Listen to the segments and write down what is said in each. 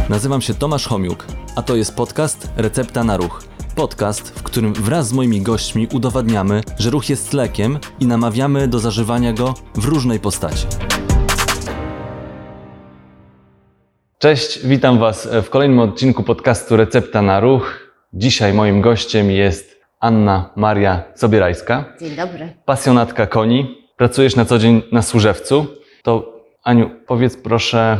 Nazywam się Tomasz Homiuk, a to jest podcast Recepta na Ruch. Podcast, w którym wraz z moimi gośćmi udowadniamy, że ruch jest lekiem i namawiamy do zażywania go w różnej postaci. Cześć, witam Was w kolejnym odcinku podcastu Recepta na Ruch. Dzisiaj moim gościem jest Anna Maria Sobierajska. Dzień dobry. Pasjonatka koni. Pracujesz na co dzień na Służewcu. To Aniu, powiedz proszę,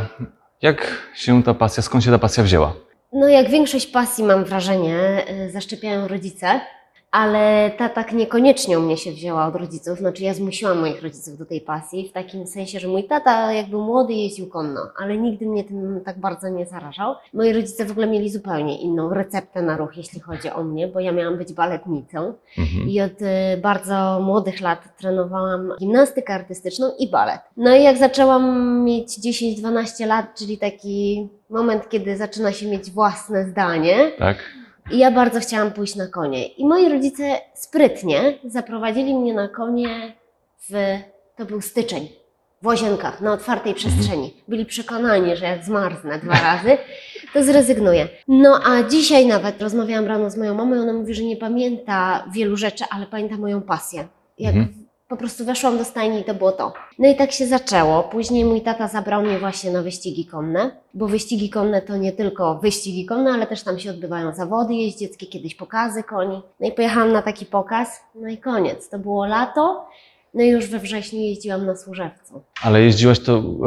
skąd się ta pasja wzięła? No jak większość pasji, mam wrażenie, zaszczepiają rodzice, ale ta tak niekoniecznie u mnie się wzięła od rodziców. Znaczy ja zmusiłam moich rodziców do tej pasji, w takim sensie, że mój tata jak był młody jeździł konno, ale nigdy mnie tym tak bardzo nie zarażał. Moi rodzice w ogóle mieli zupełnie inną receptę na ruch, jeśli chodzi o mnie, bo ja miałam być baletnicą i od bardzo młodych lat trenowałam gimnastykę artystyczną i balet. No i jak zaczęłam mieć 10-12 lat, czyli taki moment, kiedy zaczyna się mieć własne zdanie, Tak? i ja bardzo chciałam pójść na konie. I moi rodzice sprytnie zaprowadzili mnie na konie to był styczeń, w Łazienkach, na otwartej przestrzeni. Byli przekonani, że jak zmarznę 2 razy, to zrezygnuję. No a dzisiaj nawet rozmawiałam rano z moją mamą i ona mówi, że nie pamięta wielu rzeczy, ale pamięta moją pasję. Jak po prostu weszłam do stajni i to było to. No i tak się zaczęło. Później mój tata zabrał mnie właśnie na wyścigi konne, bo wyścigi konne to nie tylko wyścigi konne, ale też tam się odbywają zawody jeździeckie, kiedyś pokazy koni. No i pojechałam na taki pokaz, no i koniec. To było lato, no i już we wrześniu jeździłam na Służewcu. Ale jeździłaś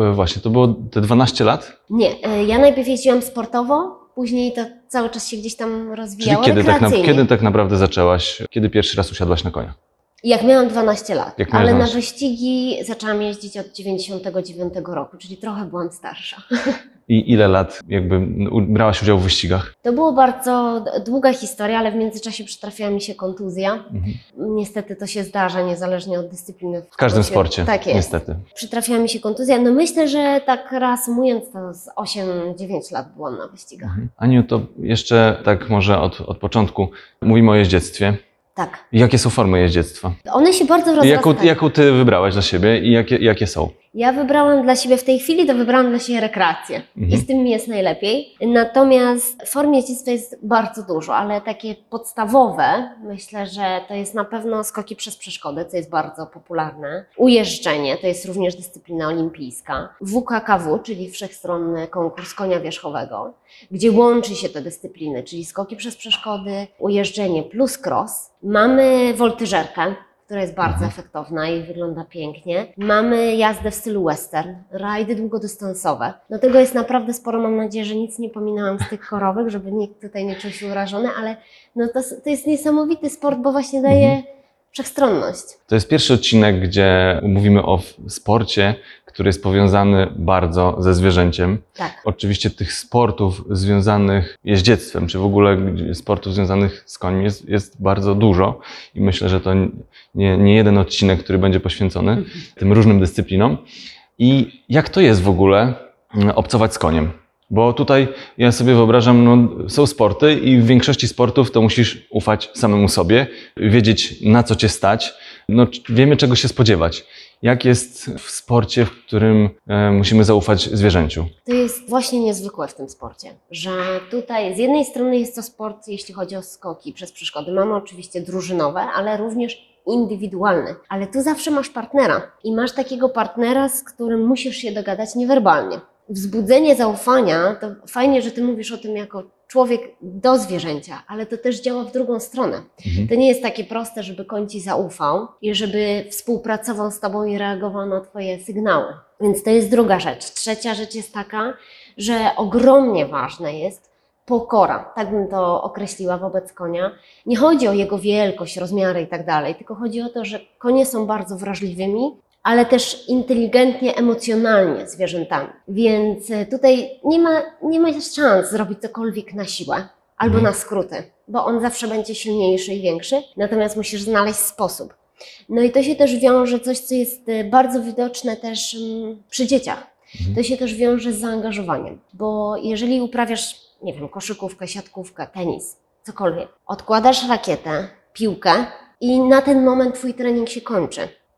to było te 12 lat? Nie, ja najpierw jeździłam sportowo, później to cały czas się gdzieś tam rozwijało rekreacyjnie. Kiedy tak naprawdę zaczęłaś, kiedy pierwszy raz usiadłaś na konia? Jak miałam 12 lat, ale 12. na wyścigi zaczęłam jeździć od 99 roku, czyli trochę byłam starsza. I ile lat brałaś udział w wyścigach? To było bardzo długa historia, ale w międzyczasie przytrafiła mi się kontuzja. Niestety to się zdarza, niezależnie od dyscypliny. W każdym sporcie, tak jest. niestety. Przytrafiła mi się kontuzja. No myślę, że tak reasumując, to z 8-9 lat byłam na wyścigach. Aniu, to jeszcze tak może od początku mówimy o jeździectwie. Tak. Jakie są formy jeździectwa? One się bardzo rozrastają. Jaką ty wybrałaś dla siebie i jakie są? Ja wybrałam dla siebie w tej chwili, wybrałam dla siebie rekreację i z tym mi jest najlepiej. Natomiast form jeździectwa jest bardzo dużo, ale takie podstawowe, myślę, że to jest na pewno skoki przez przeszkody, co jest bardzo popularne. Ujeżdżenie, to jest również dyscyplina olimpijska. WKKW, czyli wszechstronny konkurs konia wierzchowego, gdzie łączy się te dyscypliny, czyli skoki przez przeszkody, ujeżdżenie plus cross. Mamy woltyżerkę, która jest bardzo efektowna i wygląda pięknie. Mamy jazdę w stylu western, rajdy długodystansowe. Do tego jest naprawdę sporo, mam nadzieję, że nic nie pominęłam z tych korowych, żeby nikt tutaj nie czuł się urażony, ale no to jest niesamowity sport, bo właśnie daje wszechstronność. To jest pierwszy odcinek, gdzie mówimy o sporcie, który jest powiązany bardzo ze zwierzęciem. Tak. Oczywiście tych sportów związanych jeździectwem, czy w ogóle sportów związanych z końmi jest bardzo dużo i myślę, że to nie jeden odcinek, który będzie poświęcony tym różnym dyscyplinom. I jak to jest w ogóle obcować z koniem? Bo tutaj ja sobie wyobrażam, są sporty i w większości sportów to musisz ufać samemu sobie, wiedzieć na co cię stać, wiemy czego się spodziewać. Jak jest w sporcie, w którym musimy zaufać zwierzęciu? To jest właśnie niezwykłe w tym sporcie, że tutaj z jednej strony jest to sport, jeśli chodzi o skoki przez przeszkody. Mamy oczywiście drużynowe, ale również indywidualne. Ale tu zawsze masz partnera i masz takiego partnera, z którym musisz się dogadać niewerbalnie. Wzbudzenie zaufania, to fajnie, że ty mówisz o tym jako człowiek do zwierzęcia, ale to też działa w drugą stronę. To nie jest takie proste, żeby koń ci zaufał i żeby współpracował z tobą i reagował na twoje sygnały. Więc to jest druga rzecz. Trzecia rzecz jest taka, że ogromnie ważne jest pokora, tak bym to określiła wobec konia. Nie chodzi o jego wielkość, rozmiary i tak dalej, tylko chodzi o to, że konie są bardzo wrażliwymi, ale też inteligentnie, emocjonalnie zwierzętami. Więc tutaj nie ma szans zrobić cokolwiek na siłę albo na skróty, bo on zawsze będzie silniejszy i większy, natomiast musisz znaleźć sposób. No i to się też wiąże, coś co jest bardzo widoczne też przy dzieciach, to się też wiąże z zaangażowaniem, bo jeżeli uprawiasz, nie wiem, koszykówkę, siatkówkę, tenis, cokolwiek, odkładasz rakietę, piłkę i na ten moment twój trening się kończy.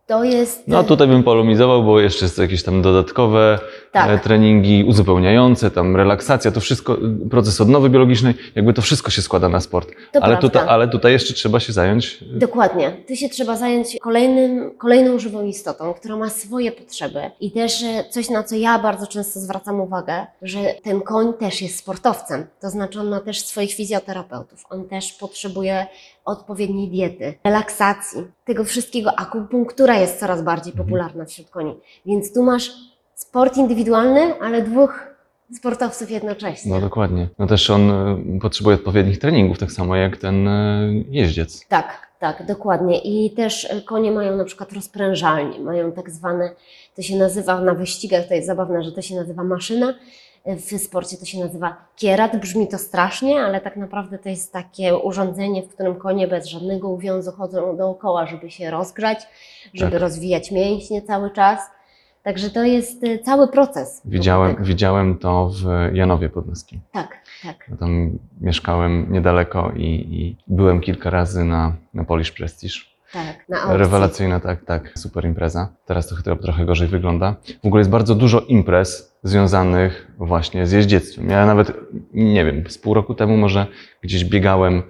To jest... No tutaj bym polomizował, bo jeszcze są jakieś tam dodatkowe Tak. treningi uzupełniające, tam relaksacja, to wszystko, proces odnowy biologicznej, jakby to wszystko się składa na sport. To prawda. Ale tutaj jeszcze trzeba się zająć. Dokładnie. Tu się trzeba zająć kolejną żywą istotą, która ma swoje potrzeby. I też coś, na co ja bardzo często zwracam uwagę, że ten koń też jest sportowcem. To znaczy on ma też swoich fizjoterapeutów. On też potrzebuje odpowiedniej diety, relaksacji, tego wszystkiego. Akupunktura jest coraz bardziej popularna wśród koni. Więc tu masz sport indywidualny, ale dwóch sportowców jednocześnie. No dokładnie. No też on potrzebuje odpowiednich treningów, tak samo jak ten jeździec. Tak, dokładnie. I też konie mają na przykład rozprężalnie, mają tak zwane, to się nazywa na wyścigach, to jest zabawne, że to się nazywa maszyna, w sporcie to się nazywa kierat, brzmi to strasznie, ale tak naprawdę to jest takie urządzenie, w którym konie bez żadnego uwiązu chodzą dookoła, żeby się rozgrzać, żeby rozwijać mięśnie cały czas. Także to jest cały proces. Widziałem to w Janowie Podlaskim. Tak. Ja tam mieszkałem niedaleko i byłem kilka razy na Polish Prestige. Tak, na aukcji. Rewelacyjna, tak, super impreza. Teraz to chyba trochę gorzej wygląda. W ogóle jest bardzo dużo imprez związanych właśnie z jeździectwem. Ja nawet, nie wiem, z pół roku temu może gdzieś biegałem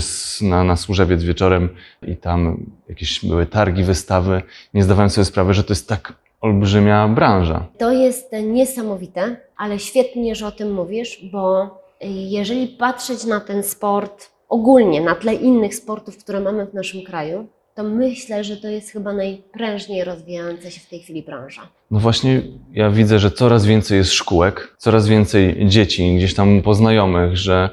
na Służewiec wieczorem i tam jakieś były targi, wystawy. Nie zdawałem sobie sprawy, że to jest tak olbrzymia branża. To jest niesamowite, ale świetnie, że o tym mówisz, bo jeżeli patrzeć na ten sport ogólnie, na tle innych sportów, które mamy w naszym kraju, to myślę, że to jest chyba najprężniej rozwijająca się w tej chwili branża. No właśnie, ja widzę, że coraz więcej jest szkółek, coraz więcej dzieci gdzieś tam poznajomych,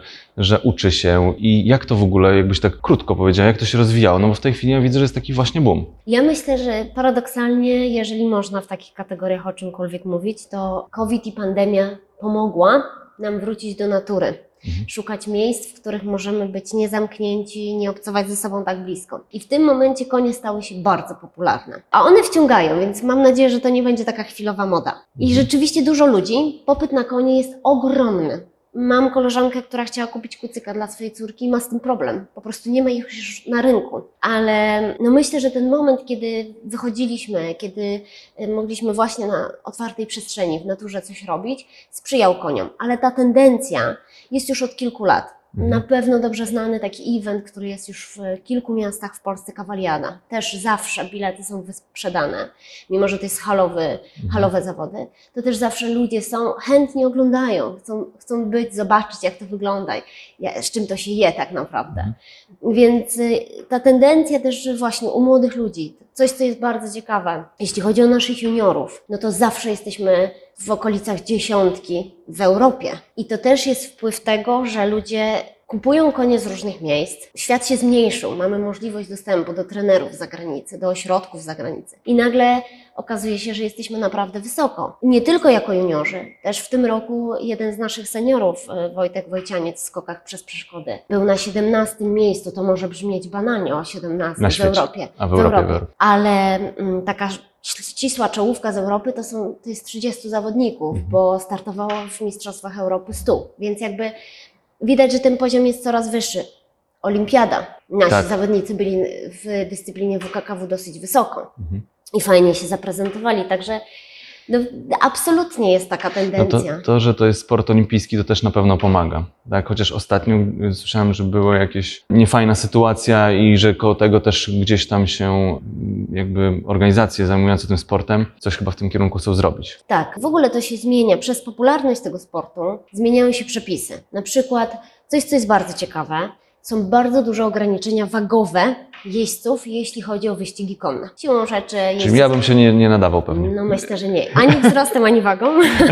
że uczy się i jak to w ogóle, jakbyś tak krótko powiedział, jak to się rozwijało, no bo w tej chwili ja widzę, że jest taki właśnie boom. Ja myślę, że paradoksalnie, jeżeli można w takich kategoriach o czymkolwiek mówić, to COVID i pandemia pomogła nam wrócić do natury. Szukać miejsc, w których możemy być niezamknięci, nie obcować ze sobą tak blisko. I w tym momencie konie stały się bardzo popularne. A one wciągają, więc mam nadzieję, że to nie będzie taka chwilowa moda. I rzeczywiście dużo ludzi, popyt na konie jest ogromny. Mam koleżankę, która chciała kupić kucyka dla swojej córki i ma z tym problem. Po prostu nie ma ich już na rynku. Ale no myślę, że ten moment, kiedy wychodziliśmy, kiedy mogliśmy właśnie na otwartej przestrzeni, w naturze coś robić, sprzyjał koniom. Ale ta tendencja jest już od kilku lat. Na pewno dobrze znany taki event, który jest już w kilku miastach w Polsce, Kawaliada. Też zawsze bilety są wysprzedane, mimo że to jest halowe zawody. To też zawsze ludzie chętnie oglądają, chcą zobaczyć jak to wygląda, z czym to się je tak naprawdę. Więc ta tendencja też właśnie u młodych ludzi, coś co jest bardzo ciekawe, jeśli chodzi o naszych juniorów, no to zawsze jesteśmy w okolicach 10 w Europie. I to też jest wpływ tego, że ludzie kupują konie z różnych miejsc. Świat się zmniejszył, mamy możliwość dostępu do trenerów z zagranicy, do ośrodków z zagranicy. I nagle okazuje się, że jesteśmy naprawdę wysoko. Nie tylko jako juniorzy. Też w tym roku jeden z naszych seniorów, Wojtek Wojcianiec w skokach przez przeszkody, był na 17 miejscu. To może brzmieć banalnie, o 17 na w świecie. Europie. A w Europie. Ale taka ścisła czołówka z Europy to jest 30 zawodników, bo startowało w Mistrzostwach Europy 100. Więc jakby widać, że ten poziom jest coraz wyższy. Olimpiada. Nasi zawodnicy byli w dyscyplinie WKKW dosyć wysoko i fajnie się zaprezentowali, także no, absolutnie jest taka tendencja. No to, że to jest sport olimpijski, to też na pewno pomaga. Tak? Chociaż ostatnio słyszałem, że była jakaś niefajna sytuacja i że koło tego też gdzieś tam się jakby organizacje zajmujące tym sportem coś chyba w tym kierunku chcą zrobić. Tak, w ogóle to się zmienia. Przez popularność tego sportu zmieniają się przepisy. Na przykład coś, co jest bardzo ciekawe, są bardzo duże ograniczenia wagowe jeźdźców, jeśli chodzi o wyścigi konne. Siłą rzeczy Czyli ja bym się nie nadawał pewnie. No myślę, że nie. Ani wzrostem, ani wagą.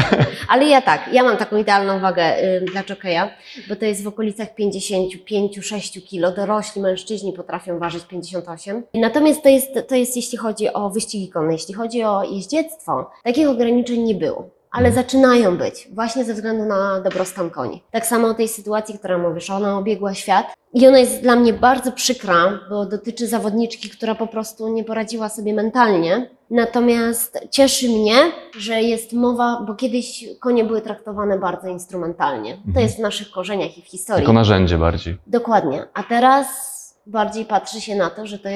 Ale ja mam taką idealną wagę dla jokeja, bo to jest w okolicach 55-6 kg. Dorośli mężczyźni potrafią ważyć 58. Natomiast to jest jeśli chodzi o wyścigi konne. Jeśli chodzi o jeździectwo, takich ograniczeń nie było. Ale zaczynają być, właśnie ze względu na dobrostan koni. Tak samo o tej sytuacji, która mówisz, ona obiegła świat i ona jest dla mnie bardzo przykra, bo dotyczy zawodniczki, która po prostu nie poradziła sobie mentalnie. Natomiast cieszy mnie, że jest mowa, bo kiedyś konie były traktowane bardzo instrumentalnie. To jest w naszych korzeniach i w historii. Jako narzędzie bardziej. Dokładnie. A teraz bardziej patrzy się na to, że to jest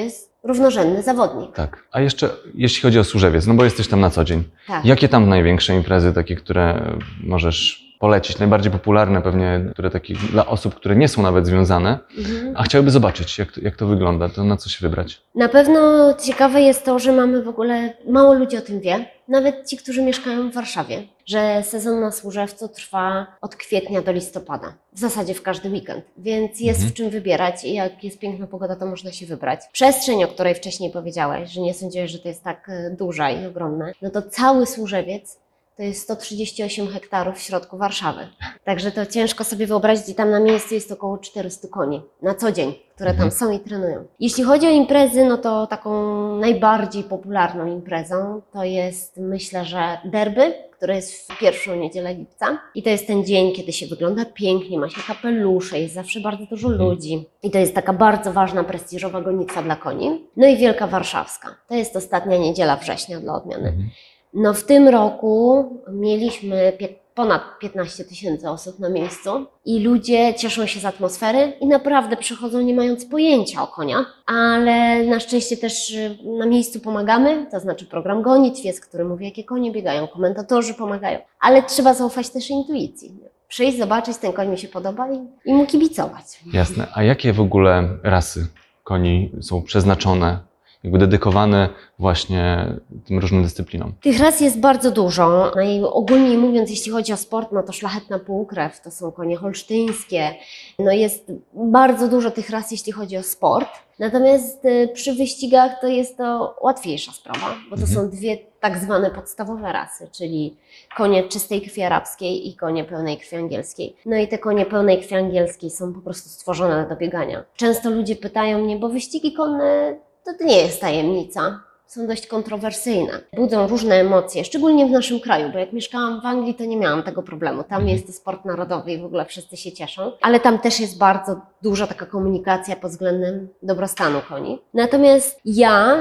równorzędny zawodnik. Tak. A jeszcze jeśli chodzi o Służewiec, no bo jesteś tam na co dzień. Tak. Jakie tam największe imprezy, takie, które możesz polecić, najbardziej popularne pewnie, które takie dla osób, które nie są nawet związane, a chciałyby zobaczyć, jak to wygląda, to na co się wybrać? Na pewno ciekawe jest to, że mamy w ogóle, mało ludzi o tym wie, nawet ci, którzy mieszkają w Warszawie, że sezon na Służewcu trwa od kwietnia do listopada, w zasadzie w każdy weekend, więc jest w czym wybierać i jak jest piękna pogoda, to można się wybrać. Przestrzeń, o której wcześniej powiedziałeś, że nie sądziłeś, że to jest tak duża i ogromna, no to cały Służewiec to jest 138 hektarów w środku Warszawy. Także to ciężko sobie wyobrazić i tam na miejscu jest około 400 koni na co dzień, które tam są i trenują. Jeśli chodzi o imprezy, no to taką najbardziej popularną imprezą to jest, myślę, że derby, które jest w pierwszą niedzielę lipca. I to jest ten dzień, kiedy się wygląda pięknie, ma się kapelusze, jest zawsze bardzo dużo ludzi. I to jest taka bardzo ważna, prestiżowa gonitwa dla koni. No i Wielka Warszawska. To jest ostatnia niedziela września dla odmiany. No w tym roku mieliśmy ponad 15 000 osób na miejscu i ludzie cieszą się z atmosfery i naprawdę przychodzą nie mając pojęcia o koniach, ale na szczęście też na miejscu pomagamy, to znaczy program gonitw jest, który mówi, jakie konie biegają, komentatorzy pomagają, ale trzeba zaufać też intuicji. Przyjść, zobaczyć, ten koń mi się podoba i mu kibicować. Jasne. A jakie w ogóle rasy koni są przeznaczone, jakby dedykowane właśnie tym różnym dyscyplinom? Tych ras jest bardzo dużo. Ogólnie mówiąc, jeśli chodzi o sport, no to szlachetna półkrew, to są konie holsztyńskie. No jest bardzo dużo tych ras, jeśli chodzi o sport. Natomiast przy wyścigach to jest to łatwiejsza sprawa, bo to są dwie tak zwane podstawowe rasy, czyli konie czystej krwi arabskiej i konie pełnej krwi angielskiej. No i te konie pełnej krwi angielskiej są po prostu stworzone do biegania. Często ludzie pytają mnie, bo wyścigi konne to nie jest tajemnica. Są dość kontrowersyjne. Budzą różne emocje, szczególnie w naszym kraju, bo jak mieszkałam w Anglii, to nie miałam tego problemu. Tam jest to sport narodowy i w ogóle wszyscy się cieszą. Ale tam też jest bardzo duża taka komunikacja pod względem dobrostanu koni. Natomiast ja,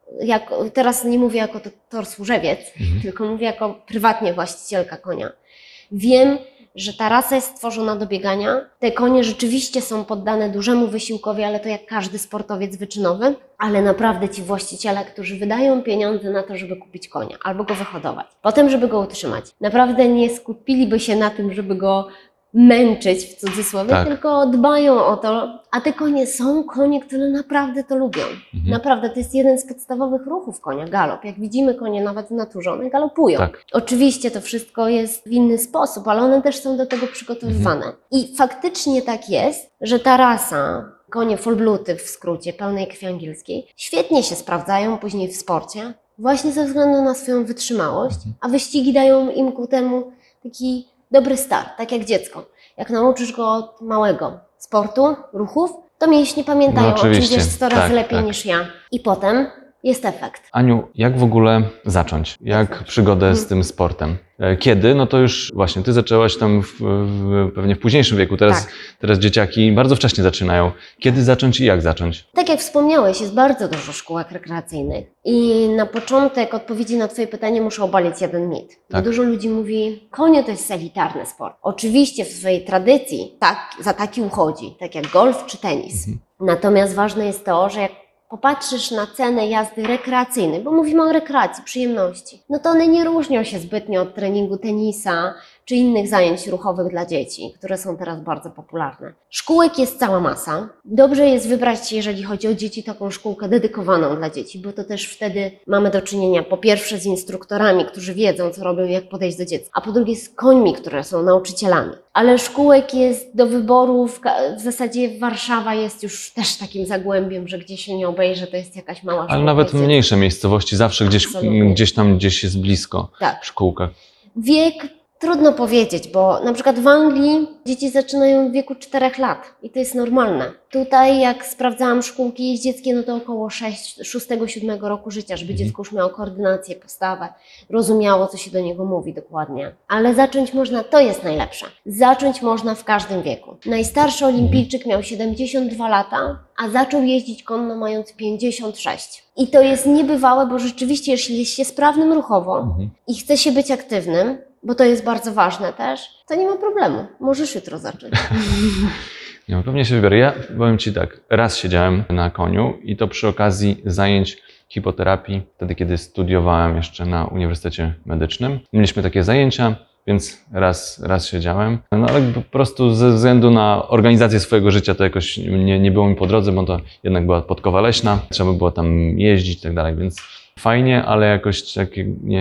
teraz nie mówię jako tor Służewiec, tylko mówię jako prywatnie właścicielka konia, wiem, że ta rasa jest stworzona do biegania. Te konie rzeczywiście są poddane dużemu wysiłkowi, ale to jak każdy sportowiec wyczynowy. Ale naprawdę ci właściciele, którzy wydają pieniądze na to, żeby kupić konia albo go wyhodować, potem żeby go utrzymać, naprawdę nie skupiliby się na tym, żeby go męczyć w cudzysłowie, tylko dbają o to, a te konie są konie, które naprawdę to lubią. Naprawdę, to jest jeden z podstawowych ruchów konia, galop. Jak widzimy konie nawet w naturze, one galopują. Tak. Oczywiście to wszystko jest w inny sposób, ale one też są do tego przygotowywane. I faktycznie tak jest, że ta rasa, konie full-bloody w skrócie, pełnej krwi angielskiej, świetnie się sprawdzają później w sporcie, właśnie ze względu na swoją wytrzymałość, a wyścigi dają im ku temu taki dobry start, tak jak dziecko. Jak nauczysz go od małego sportu, ruchów, to mięśnie pamiętają, No o czym oczywiście. wiesz 100 razy Tak, lepiej tak. niż ja. I potem jest efekt. Aniu, jak w ogóle zacząć? Jak przygodę z tym sportem? Kiedy? No to już właśnie, ty zaczęłaś tam pewnie w późniejszym wieku. Teraz dzieciaki bardzo wcześnie zaczynają. Kiedy zacząć i jak zacząć? Tak jak wspomniałeś, jest bardzo dużo szkółek rekreacyjnych. I na początek odpowiedzi na Twoje pytanie muszę obalić jeden mit. Bo dużo ludzi mówi, konie to jest elitarny sport. Oczywiście w swojej tradycji za taki uchodzi, tak jak golf czy tenis. Natomiast ważne jest to, że jak popatrzysz na cenę jazdy rekreacyjnej, bo mówimy o rekreacji, przyjemności, no to one nie różnią się zbytnio od treningu tenisa czy innych zajęć ruchowych dla dzieci, które są teraz bardzo popularne. Szkółek jest cała masa. Dobrze jest wybrać, jeżeli chodzi o dzieci, taką szkółkę dedykowaną dla dzieci, bo to też wtedy mamy do czynienia po pierwsze z instruktorami, którzy wiedzą, co robią, jak podejść do dziecka, a po drugie z końmi, które są nauczycielami. Ale szkółek jest do wyboru, w zasadzie Warszawa jest już też takim zagłębiem, że gdzie się nie obejrzy, to jest jakaś mała szkółka. Ale nawet mniejsze miejscowości, zawsze gdzieś jest blisko w szkółkach. Wiek trudno powiedzieć, bo na przykład w Anglii dzieci zaczynają w wieku 4 lat i to jest normalne. Tutaj jak sprawdzałam szkółki jeździeckie, no to około 6-7 roku życia, żeby dziecko już miało koordynację, postawę, rozumiało, co się do niego mówi dokładnie. Ale zacząć można, to jest najlepsze, zacząć można w każdym wieku. Najstarszy olimpijczyk miał 72 lata, a zaczął jeździć konno mając 56. I to jest niebywałe, bo rzeczywiście jeśli jest się sprawnym ruchowo i chce się być aktywnym, bo to jest bardzo ważne też, to nie ma problemu. Możesz jutro zacząć. Nie, no pewnie się wybiorę. Ja powiem Ci tak, raz siedziałem na koniu i to przy okazji zajęć hipoterapii, wtedy kiedy studiowałem jeszcze na Uniwersytecie Medycznym. Mieliśmy takie zajęcia, więc raz siedziałem. No ale po prostu ze względu na organizację swojego życia to jakoś nie było mi po drodze, bo to jednak była podkowa leśna, trzeba było tam jeździć i tak dalej, więc fajnie, ale jakoś tak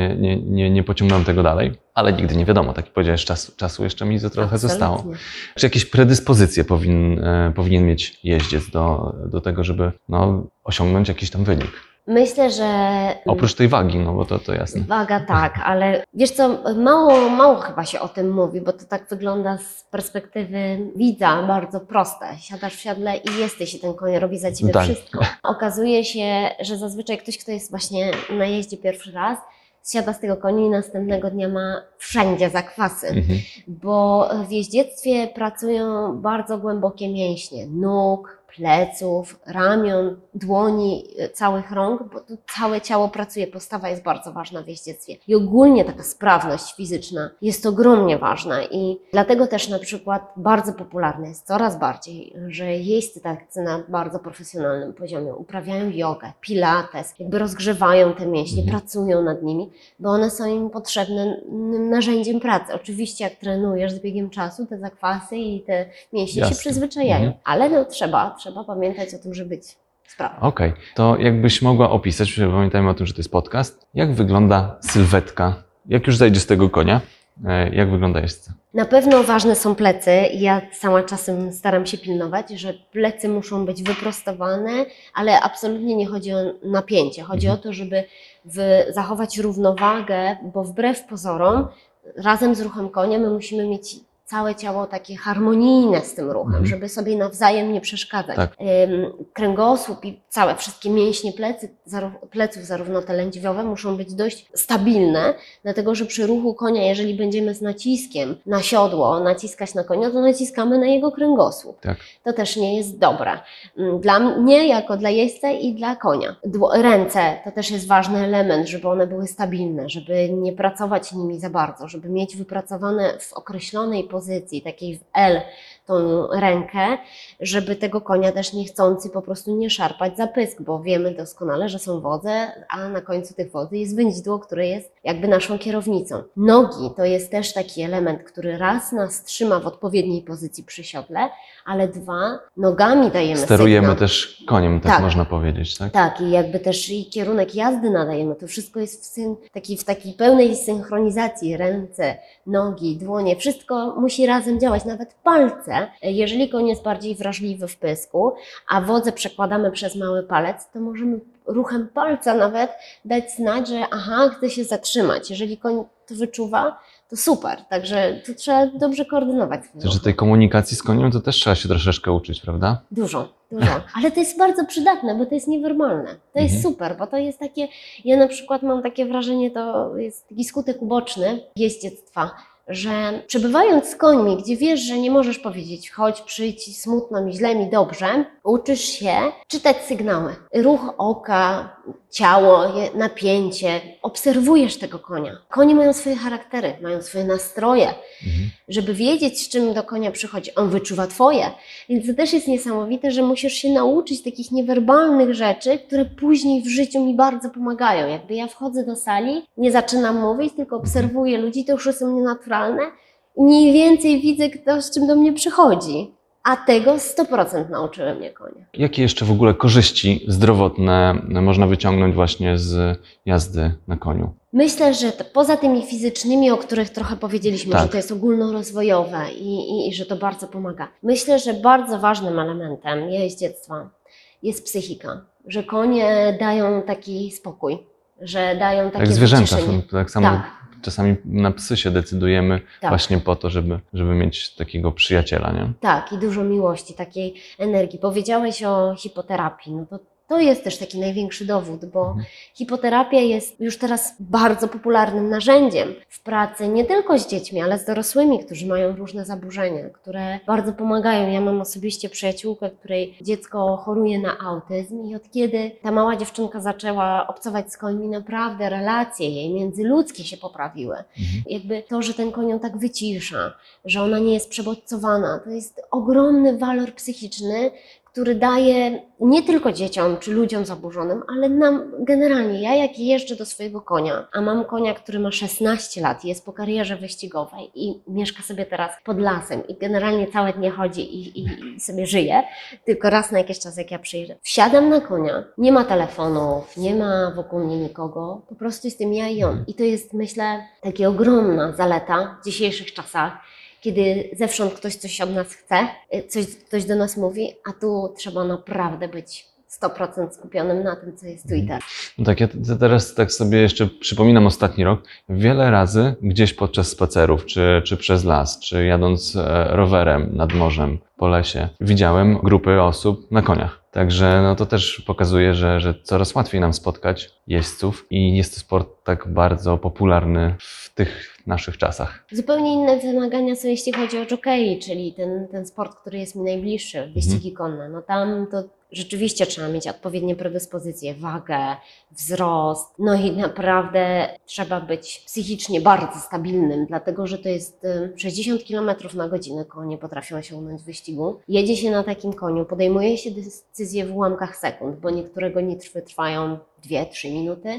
nie pociągnąłem tego dalej. Ale nigdy nie wiadomo, tak jak powiedziałeś, czasu jeszcze mi to trochę zostało. Absolutnie. Czy jakieś predyspozycje powinien mieć jeździec do tego, żeby osiągnąć jakiś tam wynik? Myślę, że Oprócz tej wagi, no bo to jasne. waga tak, ale wiesz co, mało chyba się o tym mówi, bo to tak wygląda z perspektywy widza bardzo proste. Siadasz w siodle i jesteś i ten koń robi za ciebie Tak. wszystko. Okazuje się, że zazwyczaj ktoś, kto jest właśnie na jeździe pierwszy raz, siada z tego konia i następnego dnia ma wszędzie zakwasy, Mhm. bo w jeździectwie pracują bardzo głębokie mięśnie nóg, pleców, ramion, dłoni, całych rąk, bo tu całe ciało pracuje, postawa jest bardzo ważna w jeździectwie. I ogólnie taka sprawność fizyczna jest ogromnie ważna i dlatego też na przykład bardzo popularne jest coraz bardziej, że jeźdźcy tacy na bardzo profesjonalnym poziomie uprawiają jogę, pilates, jakby rozgrzewają te mięśnie, pracują nad nimi, bo one są im potrzebnym narzędziem pracy. Oczywiście jak trenujesz z biegiem czasu, te zakwasy i te mięśnie się Jasne. przyzwyczajają, ale no trzeba pamiętać o tym, żeby być sprawnym. Okej, to jakbyś mogła opisać, pamiętajmy o tym, że to jest podcast, jak wygląda sylwetka, jak już zejdzie z tego konia, jak wygląda jeźdźca? Na pewno ważne są plecy. Ja sama czasem staram się pilnować, że plecy muszą być wyprostowane, ale absolutnie nie chodzi o napięcie. Chodzi o to, żeby zachować równowagę, bo wbrew pozorom, razem z ruchem konia my musimy mieć całe ciało takie harmonijne z tym ruchem, żeby sobie nawzajem nie przeszkadzać. Tak. Kręgosłup i wszystkie mięśnie pleców, zarówno te lędźwiowe, muszą być dość stabilne, dlatego że przy ruchu konia, jeżeli będziemy z naciskiem na siodło naciskać na konia, to naciskamy na jego kręgosłup. Tak. To też nie jest dobre. Dla mnie, jako dla jeźdźca i dla konia. Ręce to też jest ważny element, żeby one były stabilne, żeby nie pracować nimi za bardzo, żeby mieć wypracowane w określonej pozycji, takiej w L, tą rękę, żeby tego konia też niechcący po prostu nie szarpać za pysk, bo wiemy doskonale, że są wodze, a na końcu tych wodzy jest wędzidło, które jest jakby naszą kierownicą. Nogi to jest też taki element, który raz nas trzyma w odpowiedniej pozycji przy siodle, ale dwa, nogami dajemy Sterujemy sygnał. też koniem, tak Tak. można powiedzieć, tak? Tak, i jakby też i kierunek jazdy nadajemy. To wszystko jest w takiej pełnej synchronizacji. Ręce, nogi, dłonie, wszystko musi razem działać, nawet palce. Jeżeli koń jest bardziej wrażliwy w pysku, a wodze przekładamy przez mały palec, to możemy ruchem palca nawet dać znać, że chce się zatrzymać. Jeżeli koń to wyczuwa, to super. Także tu trzeba dobrze koordynować. Że tej komunikacji z koniem to też trzeba się troszeczkę uczyć, prawda? Dużo. Ale to jest bardzo przydatne, bo to jest niewerbalne. To jest super, bo to jest takie, ja na przykład mam takie wrażenie, to jest taki skutek uboczny jeździectwa, że przebywając z końmi, gdzie wiesz, że nie możesz powiedzieć chodź, przyjdź, smutno mi, źle mi, dobrze, uczysz się czytać sygnały. Ruch oka, ciało, napięcie, obserwujesz tego konia. Konie mają swoje charaktery, mają swoje nastroje. Żeby wiedzieć, z czym do konia przychodzi, on wyczuwa twoje. Więc to też jest niesamowite, że musisz się nauczyć takich niewerbalnych rzeczy, które później w życiu mi bardzo pomagają. Jakby ja wchodzę do sali, nie zaczynam mówić, tylko obserwuję ludzi, to już jest u mnie naturalne. I mniej więcej widzę, kto z czym do mnie przychodzi. A tego 100% nauczyły mnie konie. Jakie jeszcze w ogóle korzyści zdrowotne można wyciągnąć właśnie z jazdy na koniu? Myślę, że poza tymi fizycznymi, o których trochę powiedzieliśmy, Tak. że to jest ogólnorozwojowe i że to bardzo pomaga. Myślę, że bardzo ważnym elementem jeździectwa jest psychika, że konie dają taki spokój, że dają takie Jak zwierzęta, wyciszenie. tak samo Tak. czasami na psy się decydujemy Tak. właśnie po to, żeby mieć takiego przyjaciela, nie? Tak, i dużo miłości, takiej energii. Powiedziałeś o hipoterapii, no to To jest też taki największy dowód, bo hipoterapia jest już teraz bardzo popularnym narzędziem w pracy nie tylko z dziećmi, ale z dorosłymi, którzy mają różne zaburzenia, które bardzo pomagają. Ja mam osobiście przyjaciółkę, której dziecko choruje na autyzm i od kiedy ta mała dziewczynka zaczęła obcować z końmi, naprawdę relacje jej międzyludzkie się poprawiły. Jakby to, że ten koń ją tak wycisza, że ona nie jest przebodźcowana, to jest ogromny walor psychiczny, który daje nie tylko dzieciom czy ludziom zaburzonym, ale nam generalnie. Ja jak jeżdżę do swojego konia, a mam konia, który ma 16 lat i jest po karierze wyścigowej i mieszka sobie teraz pod lasem i generalnie całe dnie chodzi i sobie żyje, tylko raz na jakiś czas jak ja przyjeżdżam, wsiadam na konia, nie ma telefonów, nie ma wokół mnie nikogo, po prostu jestem ja i on. I to jest, myślę, taka ogromna zaleta w dzisiejszych czasach, kiedy zewsząd ktoś coś od nas chce, ktoś do nas mówi, a tu trzeba naprawdę być 100% skupionym na tym, co jest tu i teraz. No tak, ja teraz tak sobie jeszcze przypominam ostatni rok. Wiele razy gdzieś podczas spacerów, czy przez las, czy jadąc rowerem nad morzem, po lesie, widziałem grupy osób na koniach. Także no to też pokazuje, że coraz łatwiej nam spotkać jeźdźców i jest to sport tak bardzo popularny w tych naszych czasach. Zupełnie inne wymagania są, jeśli chodzi o jokei, czyli ten sport, który jest mi najbliższy, wyścigi konne. No tam to rzeczywiście trzeba mieć odpowiednie predyspozycje, wagę, wzrost, no i naprawdę trzeba być psychicznie bardzo stabilnym, dlatego że to jest 60 km na godzinę konie potrafią osiągnąć w wyścigu. Jedzie się na takim koniu, podejmuje się decyzje w ułamkach sekund, bo niektóre gonitwy trwają 2-3 minuty.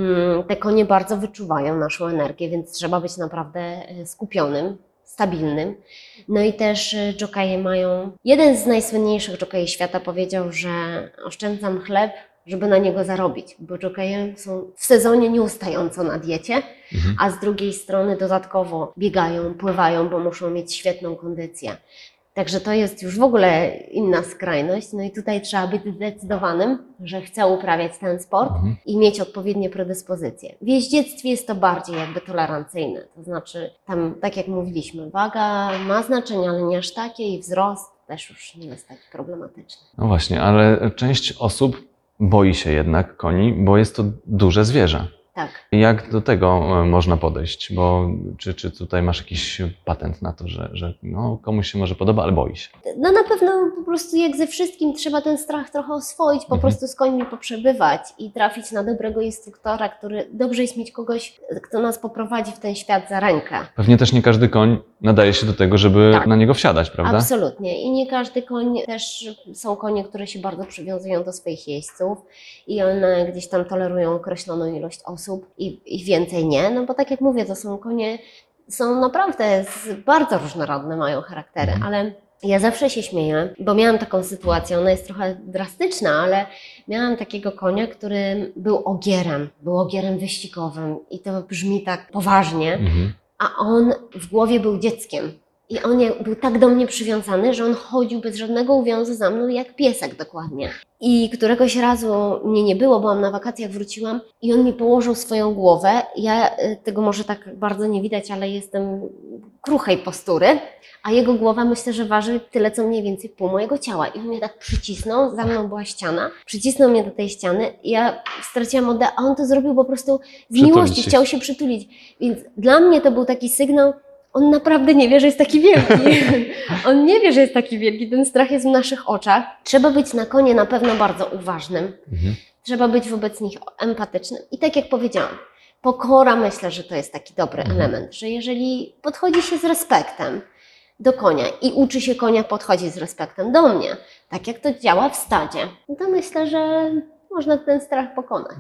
Te konie bardzo wyczuwają naszą energię, więc trzeba być naprawdę skupionym, stabilnym. No i też dżokeje mają... Jeden z najsłynniejszych dżokei świata powiedział, że oszczędzam chleb, żeby na niego zarobić, bo dżokeje są w sezonie nieustająco na diecie, a z drugiej strony dodatkowo biegają, pływają, bo muszą mieć świetną kondycję. Także to jest już w ogóle inna skrajność. No i tutaj trzeba być zdecydowanym, że chce uprawiać ten sport i mieć odpowiednie predyspozycje. W jeździectwie jest to bardziej jakby tolerancyjne. To znaczy tam, tak jak mówiliśmy, waga ma znaczenie, ale nie aż takie i wzrost też już nie jest taki problematyczny. No właśnie, ale część osób boi się jednak koni, bo jest to duże zwierzę. Tak. Jak do tego można podejść? Bo czy tutaj masz jakiś patent na to, że no, komuś się może podoba, ale boi się? No na pewno po prostu jak ze wszystkim trzeba ten strach trochę oswoić, po prostu z końmi poprzebywać i trafić na dobrego instruktora, który dobrze jest mieć kogoś, kto nas poprowadzi w ten świat za rękę. Pewnie też nie każdy koń nadaje się do tego, żeby na niego wsiadać, prawda? Absolutnie. I nie każdy koń, też są konie, które się bardzo przywiązują do swoich jeźdźców i one gdzieś tam tolerują określoną ilość osób i więcej nie, no bo tak jak mówię, to są konie, są naprawdę bardzo różnorodne, mają charaktery, ale ja zawsze się śmieję, bo miałam taką sytuację, ona jest trochę drastyczna, ale miałam takiego konia, który był ogierem wyścigowym i to brzmi tak poważnie, a on w głowie był dzieckiem. I on był tak do mnie przywiązany, że on chodził bez żadnego uwiązu za mną, jak piesek dokładnie. I któregoś razu mnie nie było, byłam na wakacjach, wróciłam i on mi położył swoją głowę. Ja tego może tak bardzo nie widać, ale jestem kruchej postury, a jego głowa myślę, że waży tyle, co mniej więcej pół mojego ciała. I on mnie tak przycisnął, za mną była ściana, przycisnął mnie do tej ściany i ja straciłam oddech, a on to zrobił po prostu z miłości, chciał się przytulić. Więc dla mnie to był taki sygnał, on naprawdę nie wie, że jest taki wielki. On nie wie, że jest taki wielki. Ten strach jest w naszych oczach. Trzeba być na konie na pewno bardzo uważnym. Trzeba być wobec nich empatycznym. I tak jak powiedziałam, pokora, myślę, że to jest taki dobry element, że jeżeli podchodzi się z respektem do konia i uczy się konia podchodzić z respektem do mnie, tak jak to działa w stadzie, no to myślę, że można ten strach pokonać.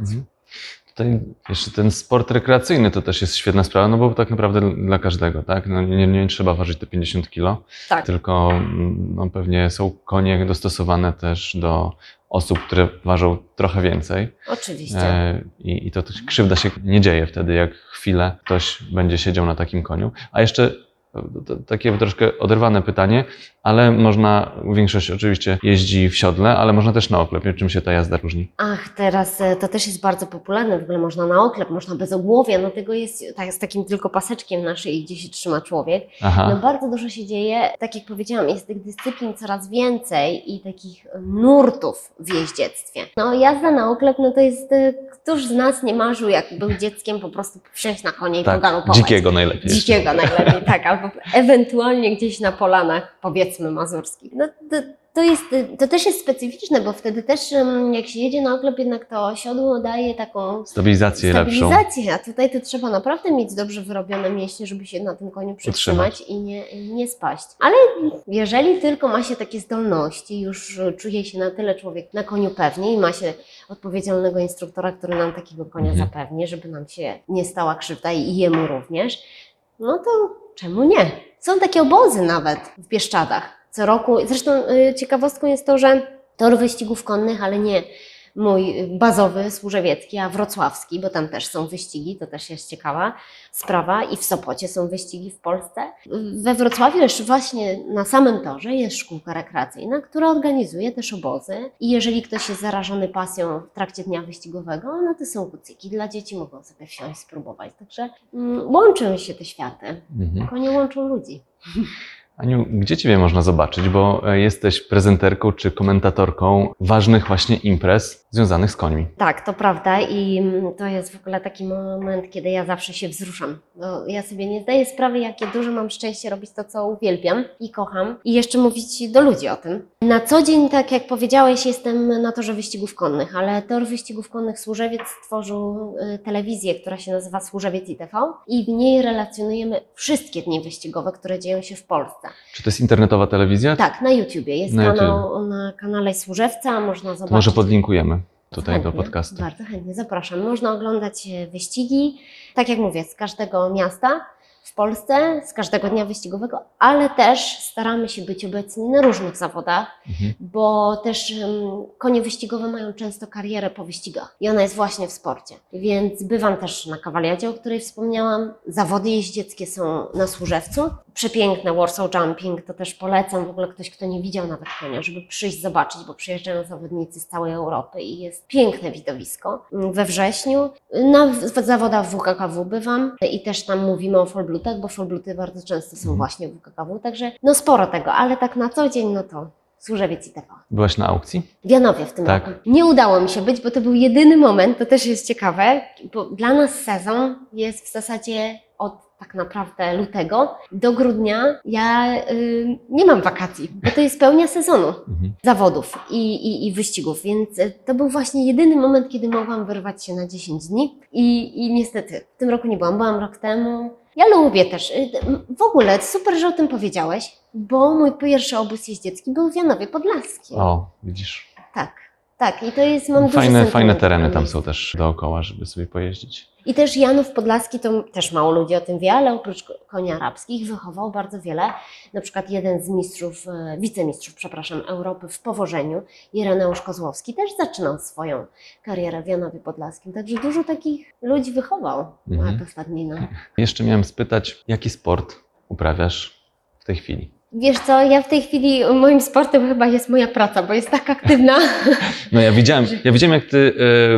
Tutaj jeszcze ten sport rekreacyjny to też jest świetna sprawa, no bo tak naprawdę dla każdego, tak? No nie trzeba ważyć te 50 kg, Tak. tylko no pewnie są konie dostosowane też do osób, które ważą trochę więcej. Oczywiście. I to krzywda się nie dzieje wtedy, jak chwilę ktoś będzie siedział na takim koniu. A jeszcze Takie troszkę oderwane pytanie, ale większość oczywiście jeździ w siodle, ale można też na oklep. Czym się ta jazda różni? Ach, teraz to też jest bardzo popularne, w ogóle można na oklep, można bez ogłowia, no tego jest tak, z takim tylko paseczkiem na szyi, gdzie się trzyma człowiek. Aha. No bardzo dużo się dzieje, tak jak powiedziałam, jest tych dyscyplin coraz więcej i takich nurtów w jeździectwie. No jazda na oklep, no to jest, któż z nas nie marzył, jak był dzieckiem, po prostu wsiąść na konia i pogalopować. Dzikiego najlepiej. Dzikiego najlepiej, tak, albo ewentualnie gdzieś na polanach, powiedzmy, mazurskich. No, to też jest specyficzne, bo wtedy też jak się jedzie na oklep, jednak to siodło daje taką Stabilizację lepszą. a tutaj to trzeba naprawdę mieć dobrze wyrobione mięśnie, żeby się na tym koniu przytrzymać i nie spaść. Ale jeżeli tylko ma się takie zdolności, już czuje się na tyle człowiek na koniu pewnie i ma się odpowiedzialnego instruktora, który nam takiego konia zapewni, żeby nam się nie stała krzywda i jemu również, no to czemu nie? Są takie obozy nawet w Bieszczadach. Co roku, zresztą ciekawostką jest to, że tor wyścigów konnych, ale nie mój bazowy, służewiecki, a wrocławski, bo tam też są wyścigi, to też jest ciekawa sprawa i w Sopocie są wyścigi w Polsce. We Wrocławiu już właśnie na samym torze jest szkółka rekreacyjna, która organizuje też obozy i jeżeli ktoś jest zarażony pasją w trakcie dnia wyścigowego, no to są kucyki dla dzieci, mogą sobie wsiąść, spróbować. Także łączą się te światy, konie łączą ludzi. Aniu, gdzie Ciebie można zobaczyć, bo jesteś prezenterką czy komentatorką ważnych właśnie imprez związanych z końmi. Tak, to prawda i to jest w ogóle taki moment, kiedy ja zawsze się wzruszam. Bo ja sobie nie zdaję sprawy, jakie duże mam szczęście robić to, co uwielbiam i kocham i jeszcze mówić do ludzi o tym. Na co dzień, tak jak powiedziałeś, jestem na torze wyścigów konnych, ale tor wyścigów konnych Służewiec stworzył telewizję, która się nazywa Służewiec ITV i w niej relacjonujemy wszystkie dni wyścigowe, które dzieją się w Polsce. Czy to jest internetowa telewizja? Tak, na YouTubie. Jest kanał na kanale Służewca, można zobaczyć. To może podlinkujemy tutaj chętnie, do podcastu. Bardzo chętnie, zapraszam. Można oglądać wyścigi, tak jak mówię, z każdego miasta w Polsce, z każdego dnia wyścigowego, ale też staramy się być obecni na różnych zawodach, bo też konie wyścigowe mają często karierę po wyścigach i ona jest właśnie w sporcie. Więc bywam też na kawaliadzie, o której wspomniałam. Zawody jeździeckie są na Służewcu. Przepiękne Warsaw Jumping, to też polecam w ogóle ktoś, kto nie widział nawet konia, żeby przyjść zobaczyć, bo przyjeżdżają zawodnicy z całej Europy i jest piękne widowisko. We wrześniu na zawodach w WKKW bywam i też tam mówimy o folblutach, bo folbluty bardzo często są właśnie w WKKW, także no sporo tego, ale tak na co dzień, no to Służewiec ITV. Byłaś na aukcji? W Janowie w tym Tak. roku. Nie udało mi się być, bo to był jedyny moment, to też jest ciekawe, bo dla nas sezon jest w zasadzie od tak naprawdę lutego do grudnia. Ja nie mam wakacji, bo to jest pełnia sezonu zawodów i wyścigów, więc to był właśnie jedyny moment, kiedy mogłam wyrwać się na 10 dni i niestety w tym roku nie byłam rok temu. Ja lubię też, w ogóle super, że o tym powiedziałeś, bo mój pierwszy obóz jeździecki był w Janowie Podlaskim. O, widzisz. Tak, i to jest, mam duży sentyment. Fajne tereny tam są też dookoła, żeby sobie pojeździć. I też Janów Podlaski, to też mało ludzi o tym wie, ale oprócz koni arabskich wychował bardzo wiele. Na przykład jeden z wicemistrzów Europy w powożeniu, Ireneusz Kozłowski, też zaczynał swoją karierę w Janowie Podlaskim. Także dużo takich ludzi wychował Marta Stadnina. Jeszcze miałem spytać, jaki sport uprawiasz w tej chwili? Wiesz co, ja w tej chwili moim sportem chyba jest moja praca, bo jest tak aktywna. No ja widziałem jak ty,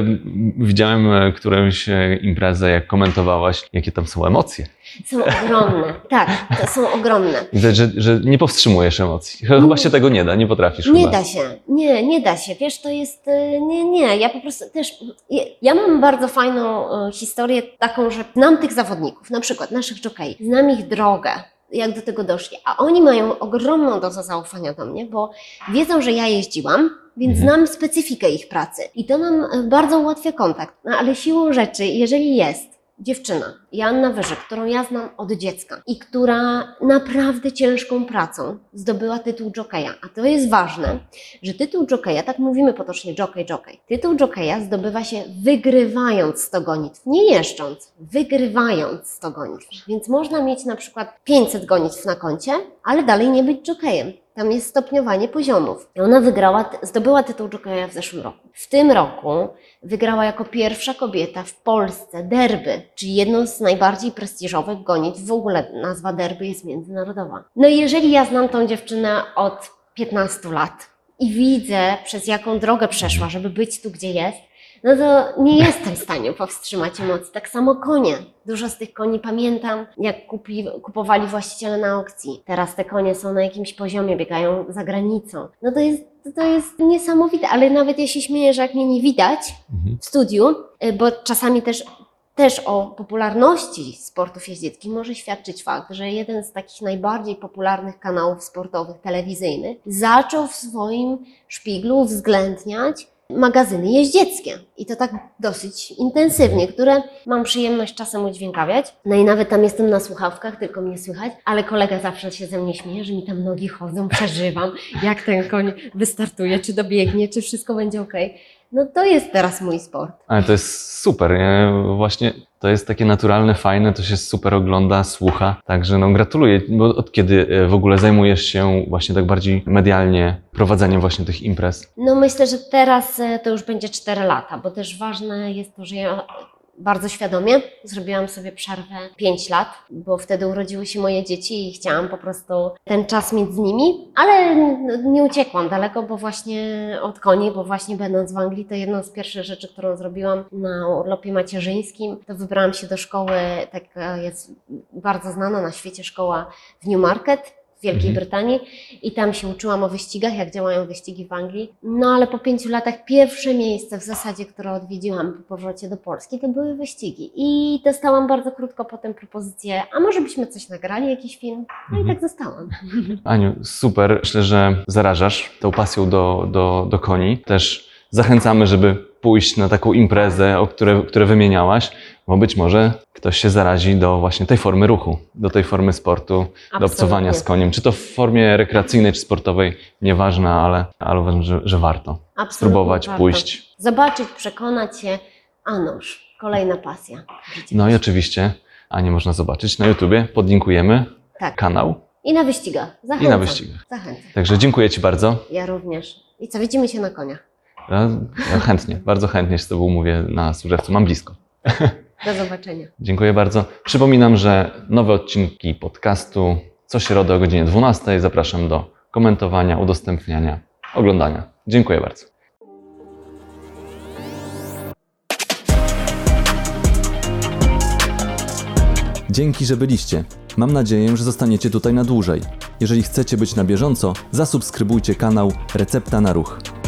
widziałem którąś imprezę, jak komentowałaś, jakie tam są emocje. Są ogromne, tak, to są ogromne. Widać, że nie powstrzymujesz emocji. Chyba się tego nie da, nie potrafisz Nie chyba. da się, nie da się, wiesz, to jest, nie, ja po prostu też, ja mam bardzo fajną historię taką, że znam tych zawodników, na przykład naszych jokei, znam ich drogę, jak do tego doszli, a oni mają ogromną dozę zaufania do mnie, bo wiedzą, że ja jeździłam, więc znam specyfikę ich pracy i to nam bardzo ułatwia kontakt, no ale siłą rzeczy, jeżeli jest dziewczyna, Joanna Wyżyk, którą ja znam od dziecka i która naprawdę ciężką pracą zdobyła tytuł jokeja. A to jest ważne, że tytuł jokeja, tak mówimy potocznie jockey, tytuł jokeja zdobywa się wygrywając 100 gonitw, nie jeżdżąc, wygrywając 100 gonitw. Więc można mieć na przykład 500 gonitw na koncie, ale dalej nie być jokejem. Tam jest stopniowanie poziomów. Ona zdobyła tytuł jockey'a w zeszłym roku. W tym roku wygrała jako pierwsza kobieta w Polsce derby, czyli jedną z najbardziej prestiżowych gonitw. W ogóle nazwa derby jest międzynarodowa. No i jeżeli ja znam tą dziewczynę od 15 lat i widzę, przez jaką drogę przeszła, żeby być tu, gdzie jest, no to nie jestem w stanie powstrzymać emocji. Tak samo konie. Dużo z tych koni pamiętam, jak kupowali właściciele na aukcji. Teraz te konie są na jakimś poziomie, biegają za granicą. No to jest niesamowite, ale nawet ja się śmieję, że jak mnie nie widać w studiu, bo czasami też o popularności sportów jeździeckich może świadczyć fakt, że jeden z takich najbardziej popularnych kanałów sportowych telewizyjnych zaczął w swoim szpiglu uwzględniać magazyny jeździeckie i to tak dosyć intensywnie, które mam przyjemność czasem udźwiękawiać. No i nawet tam jestem na słuchawkach, tylko mnie słychać, ale kolega zawsze się ze mnie śmieje, że mi tam nogi chodzą, przeżywam, jak ten koń wystartuje, czy dobiegnie, czy wszystko będzie okej. No to jest teraz mój sport. Ale to jest super, nie? Właśnie to jest takie naturalne, fajne, to się super ogląda, słucha. Także no gratuluję, bo od kiedy w ogóle zajmujesz się właśnie tak bardziej medialnie prowadzeniem właśnie tych imprez? No myślę, że teraz to już będzie 4 lata, bo też ważne jest to, że ja bardzo świadomie zrobiłam sobie przerwę 5 lat, bo wtedy urodziły się moje dzieci i chciałam po prostu ten czas mieć z nimi, ale nie uciekłam daleko, bo właśnie od koni, bo właśnie będąc w Anglii, to jedną z pierwszych rzeczy, którą zrobiłam na urlopie macierzyńskim, to wybrałam się do szkoły, taka jest bardzo znana na świecie szkoła w Newmarket w Wielkiej Brytanii i tam się uczyłam o wyścigach, jak działają wyścigi w Anglii. No ale po 5 latach pierwsze miejsce w zasadzie, które odwiedziłam po powrocie do Polski, to były wyścigi. I dostałam bardzo krótko potem propozycję, a może byśmy coś nagrali, jakiś film? No i tak zostałam. Aniu, super. Myślę, że zarażasz tą pasją do koni. Też zachęcamy, żeby pójść na taką imprezę, które wymieniałaś, bo być może ktoś się zarazi do właśnie tej formy ruchu, do tej formy sportu, do obcowania z koniem. Czy to w formie rekreacyjnej, czy sportowej, nieważne, ale uważam, że warto spróbować, warto pójść. Zobaczyć, przekonać się, a noż, kolejna pasja. No i oczywiście Anię można zobaczyć na YouTubie, podlinkujemy kanał. I na wyścigach. Zachęcam. I na wyścigach. Zachęcam. Także dziękuję Ci bardzo. Ja również. I co, widzimy się na koniach. Ja chętnie, bardzo chętnie się z Tobą umówię na Służewcu. Mam blisko. Do zobaczenia. Dziękuję bardzo. Przypominam, że nowe odcinki podcastu co środę o godzinie 12. Zapraszam do komentowania, udostępniania, oglądania. Dziękuję bardzo. Dzięki, że byliście. Mam nadzieję, że zostaniecie tutaj na dłużej. Jeżeli chcecie być na bieżąco, zasubskrybujcie kanał Recepta na Ruch.